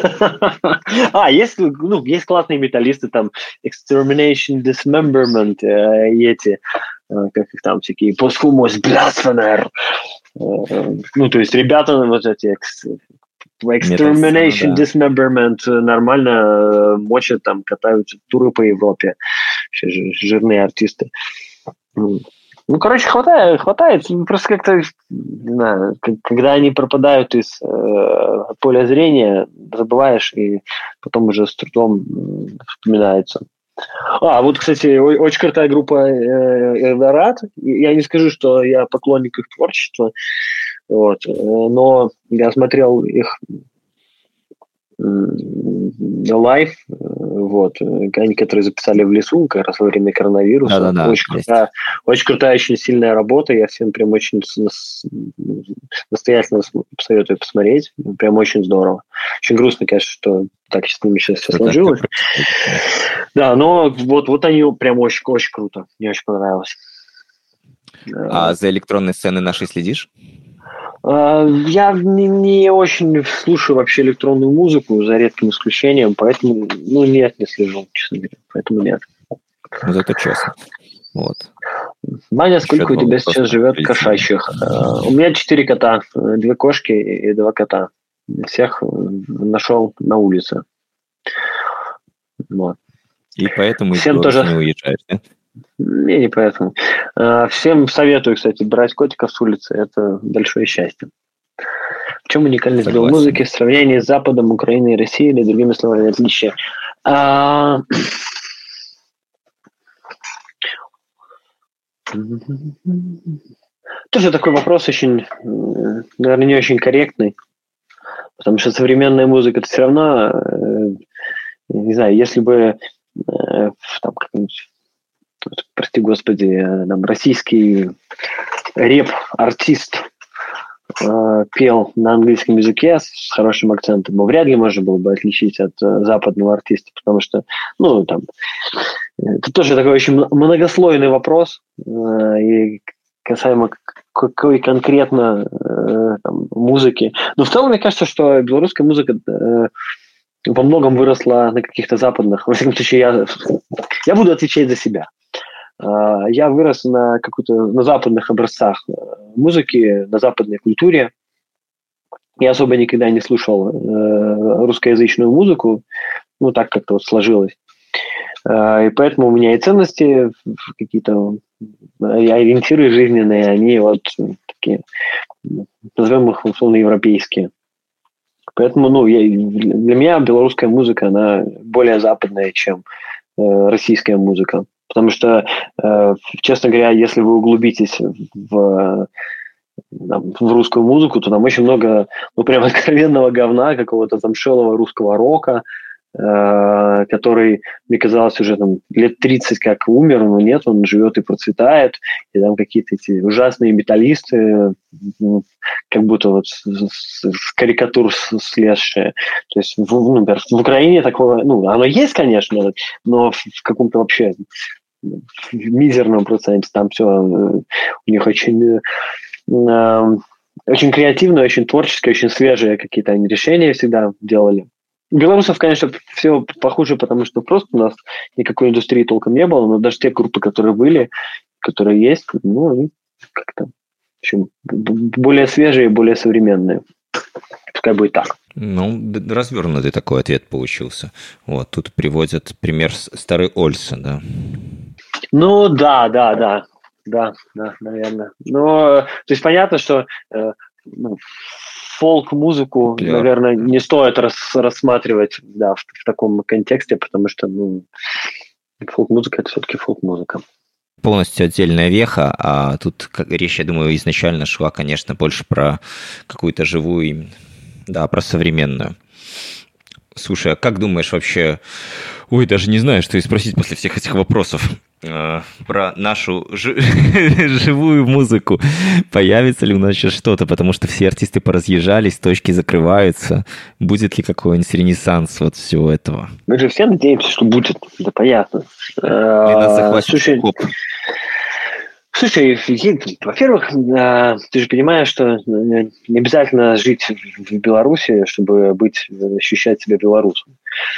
S3: Есть классные металлисты, там, Extermination, Dismemberment, и эти, как их там, всякие, Posthumous Blasphemer. То есть ребята вот эти, Extermination, Dismemberment нормально мочат, там, катаются туры по Европе. Вообще жирные артисты. Хватает. Просто как-то, не знаю, когда они пропадают из поля зрения, забываешь, и потом уже с трудом вспоминается. Кстати, очень крутая группа Эльдорад. Я не скажу, что я поклонник их творчества, но я смотрел их лайв, они, которые записали в лесу, как раз во время коронавируса.
S2: Да,
S3: очень крутая, очень сильная работа. Я всем прям очень настоятельно советую посмотреть. Прям очень здорово. Очень грустно, конечно, что так с ними сейчас все сложилось. Да, но вот они прям очень, очень круто. Мне очень понравилось.
S2: А за электронной сценой нашей следишь?
S3: Я не очень слушаю вообще электронную музыку, за редким исключением, поэтому, нет, не слежу, честно говоря, поэтому нет.
S2: Ну, зато честно. Вот.
S3: Маня, сколько у тебя сейчас живет кошачьих? У меня 4 кота, 2 кошки и 2 кота. Всех нашел на улице. Вот.
S2: И поэтому
S3: всем тоже
S2: не уезжаешь, да?
S3: Не поэтому. Всем советую, кстати, брать котиков с улицы. Это большое счастье. В чем уникальность беломузыки в сравнении с Западом, Украиной, Россией или другими словами отличия? Тоже такой вопрос очень, наверное, не очень корректный. Потому что современная музыка это все равно, не знаю, если бы там какой-нибудь, прости господи, там российский рэп-артист пел на английском языке с хорошим акцентом, вряд ли можно было бы отличить от западного артиста, потому что, там, это тоже такой очень многослойный вопрос, и касаемо какой конкретно музыки. Но в целом, мне кажется, что белорусская музыка во многом выросла на каких-то западных. Во всяком случае, я буду отвечать за себя. Я вырос на западных образцах музыки, на западной культуре. Я особо никогда не слушал русскоязычную музыку, так как-то сложилось. И поэтому у меня и ценности какие-то, и ориентиры жизненные, они такие, назовем их условно европейские. Поэтому, для меня белорусская музыка, она более западная, чем российская музыка. Потому что, честно говоря, если вы углубитесь в русскую музыку, то там очень много, прям откровенного говна, какого-то замшелого русского рока, который, мне казалось, уже лет 30 как умер, но нет, он живет и процветает, и там какие-то эти ужасные металлисты, как будто с карикатур слезшие. То есть, в Украине такого, оно есть, конечно, но в каком-то вообще мизерном проценте. Там все у них очень креативно, очень творческие, очень свежие какие-то они решения всегда делали. У белорусов, конечно, все похуже, потому что просто у нас никакой индустрии толком не было, но даже те группы, которые были, которые есть, они как-то более свежие, более современные. Пускай будет так.
S2: Развернутый такой ответ получился. Вот, тут приводят пример Старой Ольсы, да?
S3: Да, наверное. Но, то есть понятно, что фолк-музыку, наверное, не стоит рассматривать в таком контексте, потому что фолк-музыка – это все-таки фолк-музыка.
S2: Полностью отдельная веха, а тут речь, я думаю, изначально шла, конечно, больше про какую-то живую, про современную. Слушай, а как думаешь вообще... Ой, даже не знаю, что и спросить после всех этих вопросов. Про нашу живую музыку. Появится ли у нас сейчас что-то? Потому что все артисты поразъезжались, точки закрываются. Будет ли какой-нибудь ренессанс всего этого?
S3: Мы же все надеемся, что будет. Да понятно. Слушай, во-первых, ты же понимаешь, что не обязательно жить в Беларуси, чтобы ощущать себя белорусом.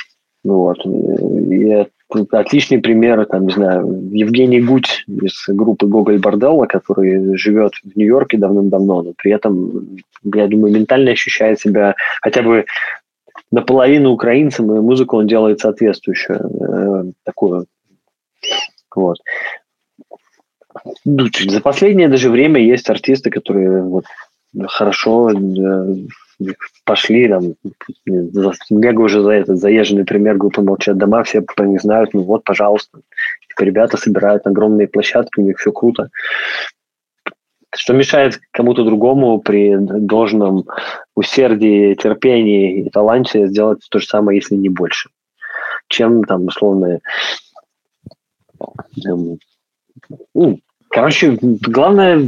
S3: И отличный пример, не знаю, Евгений Гуть из группы Гоголь Борделло, который живет в Нью-Йорке давным-давно, но при этом, я думаю, ментально ощущает себя хотя бы наполовину украинцем, и музыку он делает соответствующую, такую. Вот. За последнее даже время есть артисты, которые хорошо пошли, мега уже за этот заезженный пример группы «Молчат дома», все про них знают, пожалуйста. Ребята собирают огромные площадки, у них все круто. Что мешает кому-то другому при должном усердии, терпении и таланте сделать то же самое, если не больше, чем условно... главное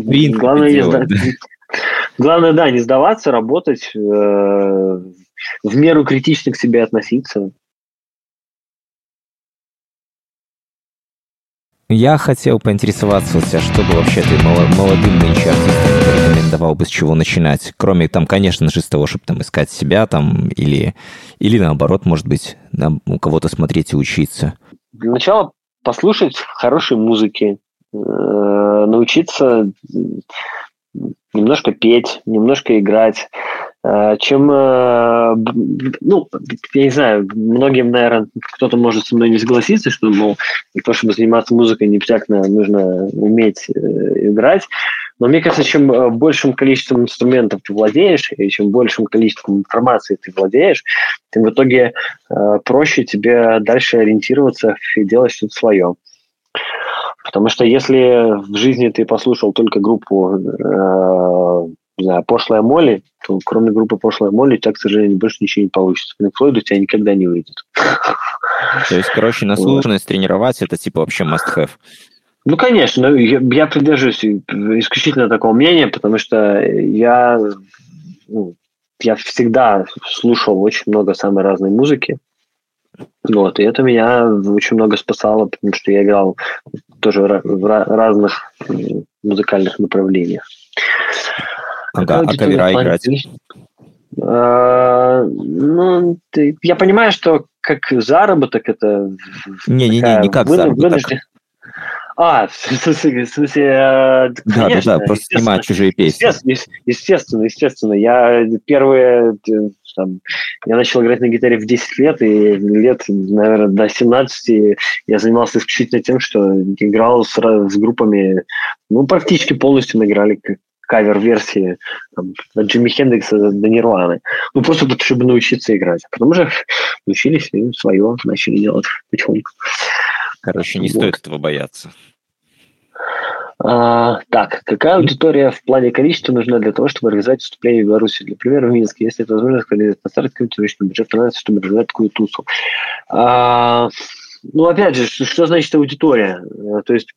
S3: не сдаваться, работать, в меру критично к себе относиться.
S2: Я хотел поинтересоваться у тебя, что бы вообще ты молодым нынче артистам порекомендовал бы, с чего начинать? Кроме, там, конечно же, с того, чтобы там искать себя, там, или наоборот, может быть, у кого-то смотреть и учиться.
S3: Для начала послушать хорошей музыки, научиться немножко петь, немножко играть. Чем, ну, я не знаю, многим, наверное, кто-то может со мной не согласиться, что, мол, для того, чтобы заниматься музыкой, не обязательно нужно уметь играть. Но мне кажется, чем большим количеством инструментов ты владеешь, и чем большим количеством информации ты владеешь, тем в итоге проще тебе дальше ориентироваться и делать что-то свое. Потому что если в жизни ты послушал только группу, не знаю, «Пошлая Молли», то кроме группы «Пошлая Молли» у тебя, к сожалению, больше ничего не получится. Pink Floyd у тебя никогда не выйдет.
S2: То есть, короче, наслушанность тренировать – это типа вообще must-have.
S3: Ну, конечно, я придерживаюсь исключительно такого мнения, потому что я всегда слушал очень много самой разной музыки. Вот, и это меня очень много спасало, потому что я играл тоже в разных музыкальных направлениях.
S2: Ага, а кавера играть?
S3: Ну, я понимаю, что как заработок это...
S2: Не как заработок.
S3: В смысле, конечно.
S2: Да, просто снимать чужие песни.
S3: Естественно. Я начал играть на гитаре в 10 лет, и лет, наверное, до 17 я занимался исключительно тем, что играл с группами, ну, практически полностью наиграли кавер-версии от Джимми Хендрикса до Нирваны. Ну, просто чтобы научиться играть. А потом уже научились и свое начали делать потихоньку.
S2: Короче, не стоит этого бояться.
S3: Так, какая аудитория в плане количества нужна для того, чтобы организовать выступление в Беларуси? Для примера, в Минске, если это возможно, организовать концерт, какой-то бюджет понадобится, чтобы организовать такую тусу. Ну, опять же, что значит аудитория? То есть,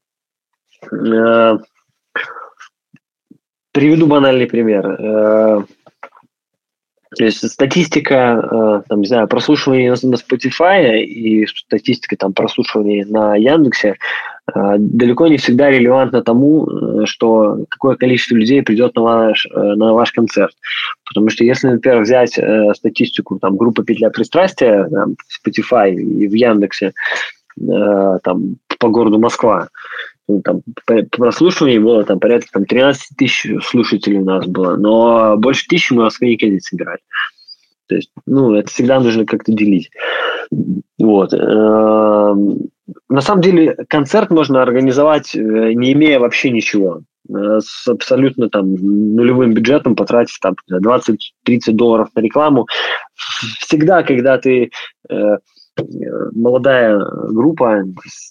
S3: приведу банальный пример. То есть статистика, там, не знаю, прослушивания на Spotify и статистика там прослушивания на Яндексе далеко не всегда релевантна тому, что какое количество людей придет на ваш концерт. Потому что если, например, взять статистику там группы «Петля пристрастия» там, в Spotify и в Яндексе там, по городу Москва, там, прослушиваний было там, порядка там, 13 тысяч слушателей у нас было, но больше 1000 мы в Москве никогда не собирали. То есть, ну, это всегда нужно как-то делить. Вот. На самом деле, концерт можно организовать, не имея вообще ничего. С абсолютно там нулевым бюджетом, потратив там $20-30 на рекламу. Всегда, когда ты молодая группа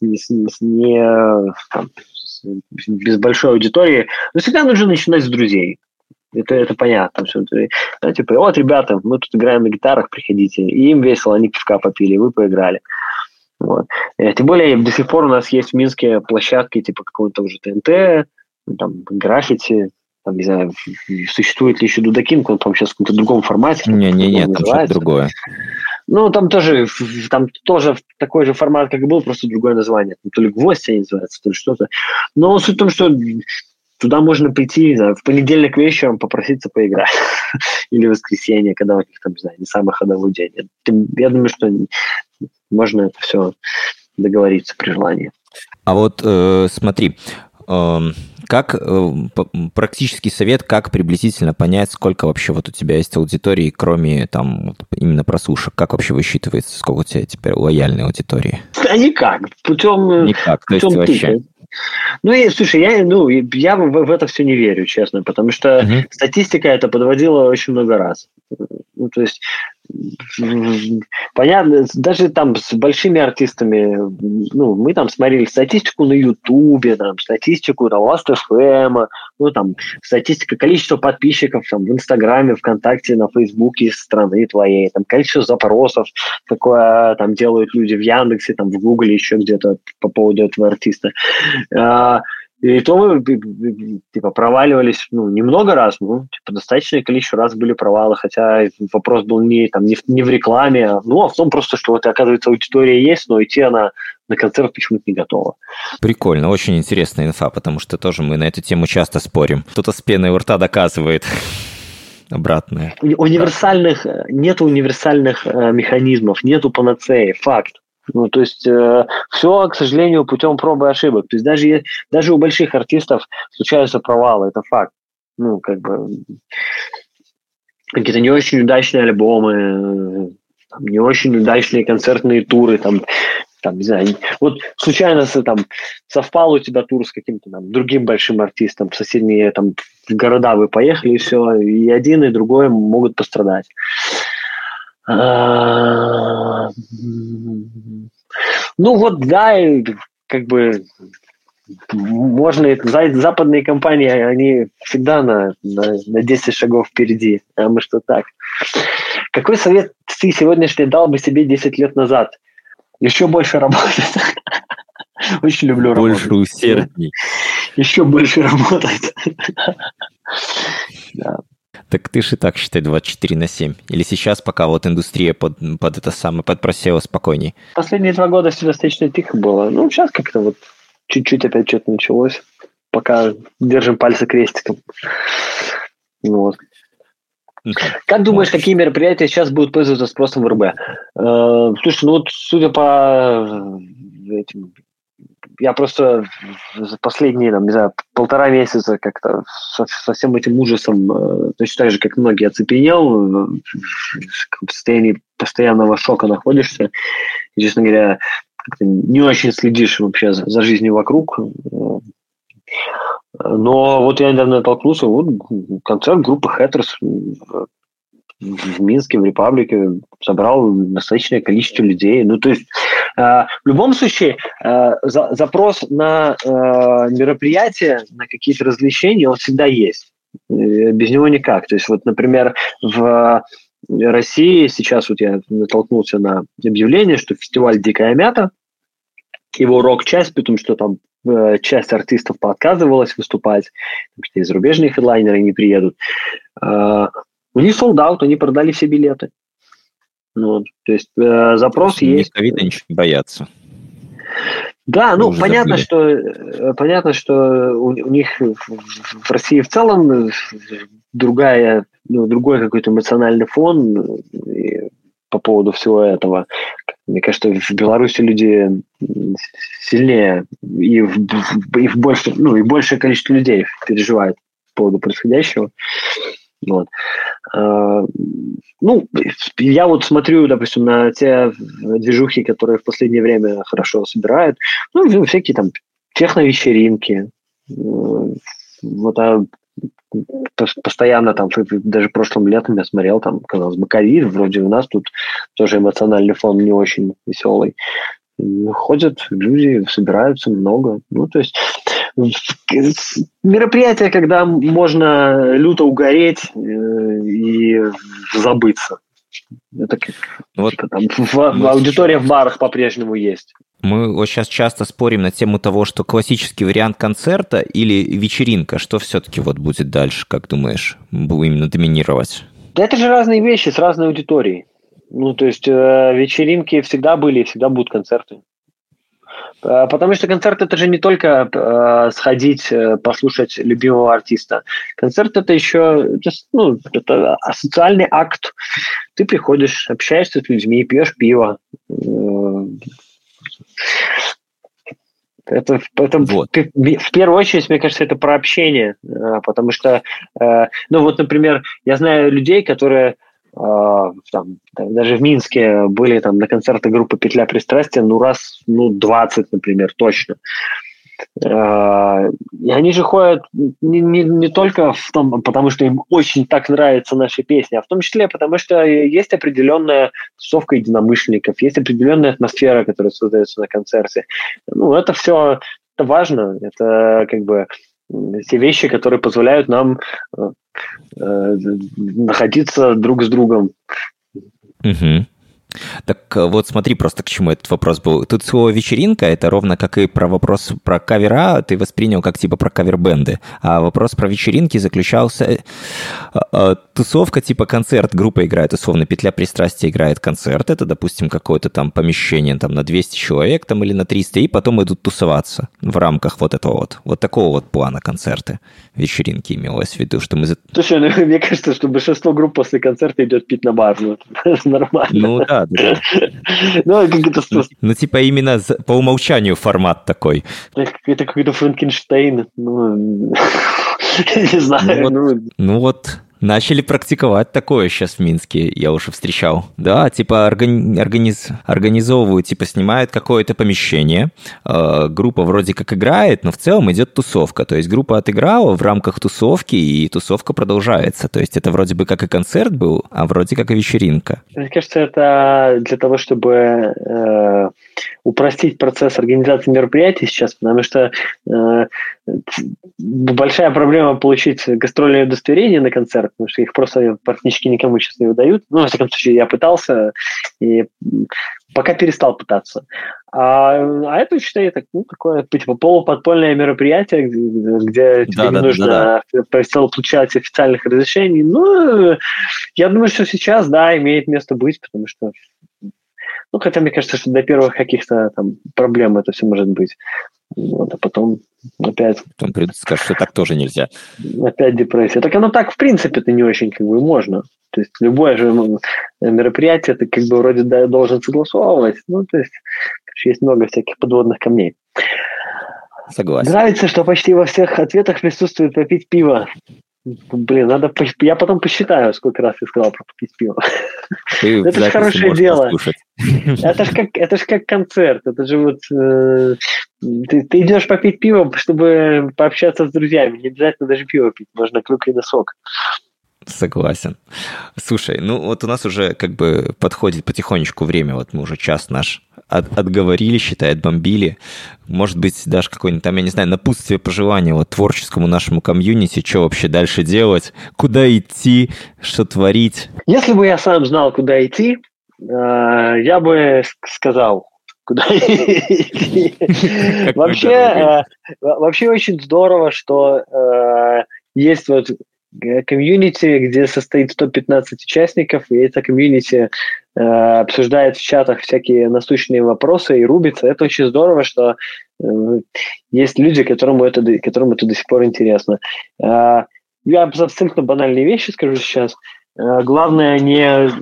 S3: без большой аудитории, но всегда нужно начинать с друзей. Это понятно. Что типа, вот, ребята, мы тут играем на гитарах, приходите. И им весело, они пивка попили, вы поиграли. Вот. Тем более, до сих пор у нас есть в Минске площадки типа какого-то уже ТНТ, там, граффити, там, не знаю, существует ли еще Дудакинг, он там сейчас в каком-то другом формате.
S2: Не, там что-то другое.
S3: Ну, там тоже такой же формат, как и был, просто другое название. То ли «Гвоздь» они называются, то ли что-то. Но суть в том, что туда можно прийти, не знаю, в понедельник вечером попроситься поиграть. Или в воскресенье, когда у них там, не знаю, не самый ходовой день. Я думаю, что можно это все договориться при желании.
S2: А вот смотри, как практический совет, как приблизительно понять, сколько вообще вот у тебя есть аудитории, кроме там именно прослушек? Как вообще высчитывается, сколько у тебя теперь лояльной аудитории?
S3: Да никак.
S2: Никак, то есть вообще...
S3: Ну, слушай, я в это все не верю, честно, потому что статистика это подводила очень много раз. Ну, то есть, понятно, даже там с большими артистами, ну, мы там смотрели статистику на Ютубе, там, статистику там, Last.fm, ну, там, статистика, количество подписчиков там, в Инстаграме, ВКонтакте, на Фейсбуке страны твоей, там, количество запросов, какое там делают люди в Яндексе, там, в Гугле, еще где-то по поводу этого артиста. И то мы, типа, проваливались, немного раз, достаточное количество раз были провалы, хотя вопрос был не в рекламе, а в том просто, что вот, оказывается, аудитория есть, но идти она на концерт почему-то не готова.
S2: Прикольно, очень интересная инфа, потому что тоже мы на эту тему часто спорим. Кто-то с пеной у рта доказывает обратное.
S3: Нету универсальных механизмов, нету панацеи, факт. То есть все, к сожалению, путем проб и ошибок. То есть даже у больших артистов случаются провалы, это факт. Какие-то не очень удачные альбомы, не очень удачные концертные туры, не знаю, вот случайно совпал у тебя тур с каким-то другим большим артистом, в соседние города вы поехали, и все, и один, и другой могут пострадать. Можно, западные компании, они всегда на 10 шагов впереди, а мы что так. Какой совет ты сегодняшний дал бы себе 10 лет назад? Еще больше работать. Очень люблю работать.
S2: Больше усердней.
S3: Еще больше работать. Да.
S2: Так ты же и так считай 24/7. Или сейчас, пока вот индустрия под просела спокойней?
S3: Последние 2 года все достаточно тихо было. Сейчас как-то вот чуть-чуть опять что-то началось. Пока держим пальцы крестиком. Вот. Как думаешь, какие мероприятия сейчас будут пользоваться спросом в РБ? Слушай, судя по этим... Я просто за последние, 1,5 месяца как-то со всем этим ужасом, точно так же, как многие, оцепенел, в состоянии постоянного шока находишься. И, честно говоря, как-то не очень следишь вообще за жизнью вокруг. Но вот я недавно натолкнулся, концерт группы Hatters в Минске, в Репаблике, собрал достаточное количество людей. То есть, в любом случае, запрос на мероприятия, на какие-то развлечения, он всегда есть. Без него никак. То есть, вот, например, в России сейчас вот я натолкнулся на объявление, что фестиваль «Дикая мята», его рок-часть, потому что там часть артистов поотказывалась выступать, потому что и зарубежные хедлайнеры не приедут. У них sold out, они продали все билеты. То есть запрос есть.
S2: Ни ковида ничего не боятся.
S3: Да, понятно, что у них в России в целом другой какой-то эмоциональный фон по поводу всего этого. Мне кажется, в Беларуси люди сильнее и большее количество людей переживает по поводу происходящего. Вот. Я вот смотрю, допустим, на те движухи, которые в последнее время хорошо собирают, всякие техновечеринки, постоянно даже прошлым летом я смотрел, казалось бы, ковид, вроде у нас тут тоже эмоциональный фон не очень веселый. Ходят люди, собираются много. То есть мероприятие, когда можно люто угореть и забыться. Это аудитория в барах по-прежнему есть.
S2: Мы вот сейчас часто спорим на тему того, что классический вариант концерта или вечеринка. Что все-таки вот будет дальше, как думаешь, именно доминировать?
S3: Да это же разные вещи с разной аудиторией. То есть вечеринки всегда были и всегда будут концерты. Потому что концерт – это же не только сходить, послушать любимого артиста. Концерт – это еще это социальный акт. Ты приходишь, общаешься с людьми, пьешь пиво. Это вот. В первую очередь, мне кажется, это про общение. Потому что, например, я знаю людей, которые даже в Минске были на концерты группы «Петля пристрастия» раз 20, например, точно. И они же ходят не только потому, что им очень так нравятся наши песни, а в том числе потому, что есть определенная тусовка единомышленников, есть определенная атмосфера, которая создается на концерте. Это все важно. Это те вещи, которые позволяют нам находиться друг с другом.
S2: Угу. Так вот смотри, просто к чему этот вопрос был. Тут слово «вечеринка» — это ровно как и про вопрос про кавера, ты воспринял как типа про кавер-бенды. А вопрос про вечеринки заключался... Тусовка типа концерт, группа играет, условно, «Петля пристрастия» играет концерт, это, допустим, какое-то там помещение там, на 200 человек там, или на 300, и потом идут тусоваться в рамках вот этого вот такого вот плана концерты, вечеринки имелось в виду, что мы...
S3: Слушай, ну, мне кажется, что большинство групп после концерта идет пить на бар, ну, нормально.
S2: Ну да. Ну, типа именно по умолчанию формат такой.
S3: Это какой-то Франкенштейн. Ну, не знаю.
S2: Ну вот, начали практиковать такое сейчас в Минске, я уже встречал. Да, типа организовывают, типа снимают какое-то помещение, группа вроде как играет, но в целом идет тусовка. То есть группа отыграла в рамках тусовки, и тусовка продолжается. То есть это вроде бы как и концерт был, а вроде как и вечеринка.
S3: Мне кажется, это для того, чтобы упростить процесс организации мероприятий сейчас, потому что большая проблема получить гастрольное удостоверение на концерт, потому что их просто практически никому сейчас не выдают. Ну, во всяком случае, я пытался и пока перестал пытаться. А это, считай, такое типа полуподпольное мероприятие, где тебе не нужно получать официальных разрешений. Ну, я думаю, что сейчас, да, имеет место быть, потому что хотя мне кажется, что до первых каких-то там проблем это все может быть. Вот, а потом опять...
S2: Потом придут и скажут, что так тоже нельзя.
S3: Опять депрессия. Так оно так, в принципе-то, не очень как бы можно. То есть любое же мероприятие ты как бы вроде должен согласовывать. Ну, то есть есть много всяких подводных камней.
S2: Согласен.
S3: Нравится, что почти во всех ответах присутствует попить пиво. Блин, надо... Я потом посчитаю, сколько раз я сказал про попить пиво. Это же хорошее дело. Это ж как концерт. Это же вот... Ты идешь попить пиво, чтобы пообщаться с друзьями. Не обязательно даже пиво пить. Можно клюквенный сок.
S2: Согласен. Слушай, ну вот у нас уже как бы подходит потихонечку время. Вот мы уже час наш отговорили, считай, отбомбили. Может быть, даже какое-нибудь там, я не знаю, напутствие, пожелание вот творческому нашему комьюнити, что вообще дальше делать, куда идти, что творить.
S3: Если бы я сам знал, куда идти, я бы сказал, куда идти. Вообще очень здорово, что есть вот комьюнити, где состоит 115 участников, и это комьюнити обсуждает в чатах всякие насущные вопросы и рубится. Это очень здорово, что есть люди, которым это до сих пор интересно. Я абсолютно банальные вещи скажу сейчас. Главное не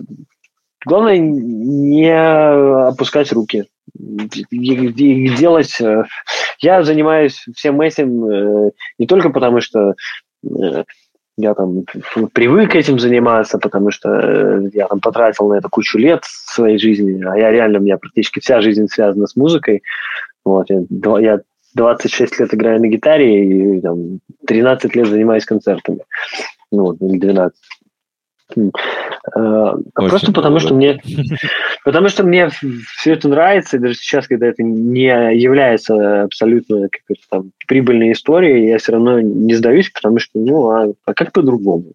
S3: опускать руки. И делать... Я занимаюсь всем этим не только потому, что я там привык этим заниматься, потому что я там потратил на это кучу лет своей жизни, а у меня практически вся жизнь связана с музыкой. Вот, я 26 лет играю на гитаре и там, 13 лет занимаюсь концертами. Ну, вот, или 12. Просто потому что мне все это нравится, и даже сейчас, когда это не является абсолютно какой-то там прибыльной историей, я все равно не сдаюсь, потому что, а как по-другому?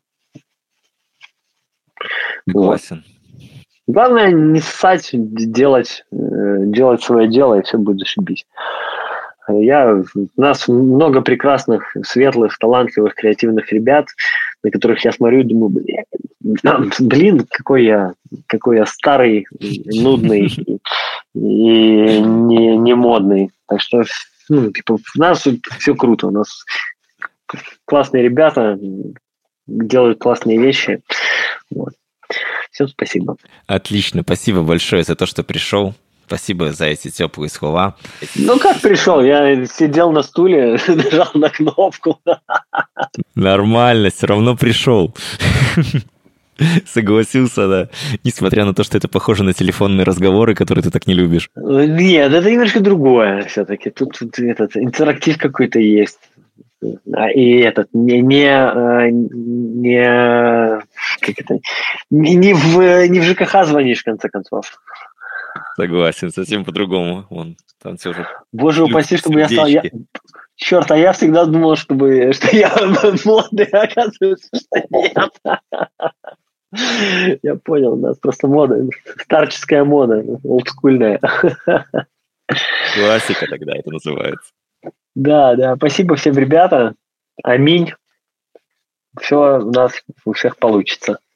S2: Согласен.
S3: Главное не ссать, делать свое дело, и все будет зашибись. У нас много прекрасных, светлых, талантливых, креативных ребят, на которых я смотрю и думаю, блин, какой я старый, нудный и не модный. Так что, у нас все круто, у нас классные ребята, делают классные вещи. Вот. Всем спасибо.
S2: Отлично, спасибо большое за то, что пришел. Спасибо за эти теплые слова.
S3: Ну, как пришел? Я сидел на стуле, нажал на кнопку.
S2: Нормально, все равно пришел. Согласился, да. Несмотря на то, что это похоже на телефонные разговоры, которые ты так не любишь.
S3: Нет, это немножко другое все-таки. Тут этот интерактив какой-то есть. И этот не в ЖКХ звонишь, в конце концов.
S2: Согласен, совсем по-другому. Там все уже...
S3: Боже упаси, чтобы я стал... Черт, а я всегда думал, что я модный, а оказывается, что нет. Я понял, у нас просто мода, старческая мода, олдскульная.
S2: Классика тогда это называется.
S3: Да, спасибо всем, ребята. Аминь. Все у нас у всех получится.